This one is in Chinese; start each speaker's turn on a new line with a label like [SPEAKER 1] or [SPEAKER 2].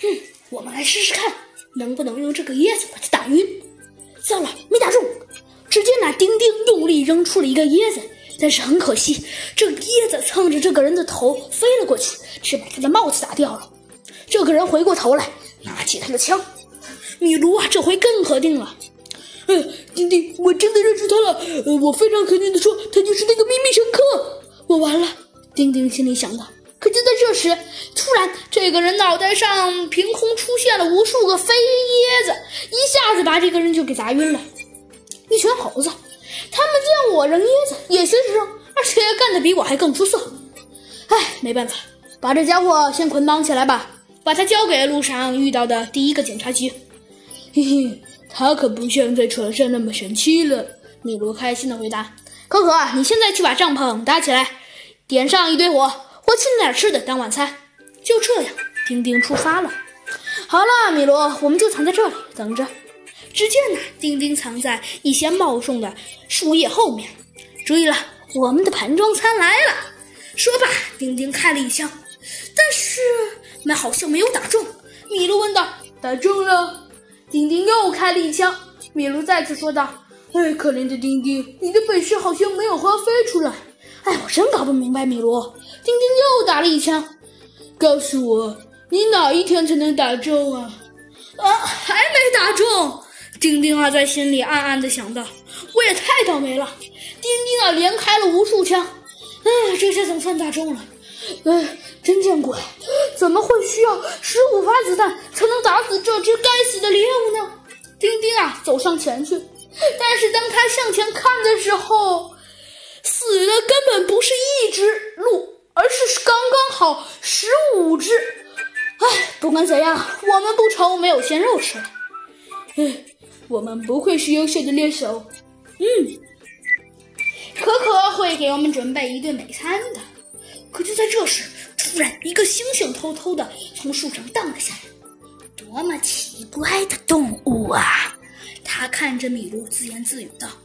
[SPEAKER 1] 我们来试试看，能不能用这个椰子把它打晕。算了，没打中。只见那丁丁用力扔出了一个椰子，但是很可惜，这个椰子蹭着这个人的头飞了过去，只把他的帽子打掉了。这个人回过头来，拿起他的枪。米卢啊，这回更肯定了。丁丁，我真的认出他了。我非常肯定的说，他就是那个秘密乘客。我完了，丁丁心里想到。可就在这时，突然这个人脑袋上凭空出现了无数个飞椰子，一下子把这个人就给砸晕了。一群猴子，他们见我扔椰子也学着扔，而且干得比我还更出色。没办法，把这家伙先捆绑起来吧，把他交给路上遇到的第一个警察局。嘿嘿，他可不像在船上那么神气了。米卢开心地回答。可可，你现在去把帐篷搭起来，点上一堆火，我请你点吃的当晚餐。就这样，丁丁出发了。好了，米卢，我们就藏在这里等着。只见丁丁藏在一些茂盛的树叶后面。注意了，我们的盘中餐来了。说罢，丁丁开了一枪，但是好像没有打中。米卢问道：打中了？丁丁又开了一枪。米卢再次说道：可怜的丁丁，你的本事好像没有发挥出来。我真搞不明白，米卢。丁丁又打了一枪。告诉我，你哪一天才能打中啊？还没打中。丁丁啊，在心里暗暗地想到，我也太倒霉了。丁丁啊，连开了无数枪，这下总算打中了。真见鬼，怎么会需要15发子弹才能打死这只该死的猎物呢？丁丁啊，走上前去，但是当他向前看的时候，死的根本不是一只鹿，而是刚刚好15只。不管怎样，我们不愁没有鲜肉吃了。我们不愧是优秀的猎手。可可会给我们准备一顿美餐的。可就在这时，突然一个猩猩偷偷的从树上荡了下来。多么奇怪的动物啊！他看着米卢自言自语道。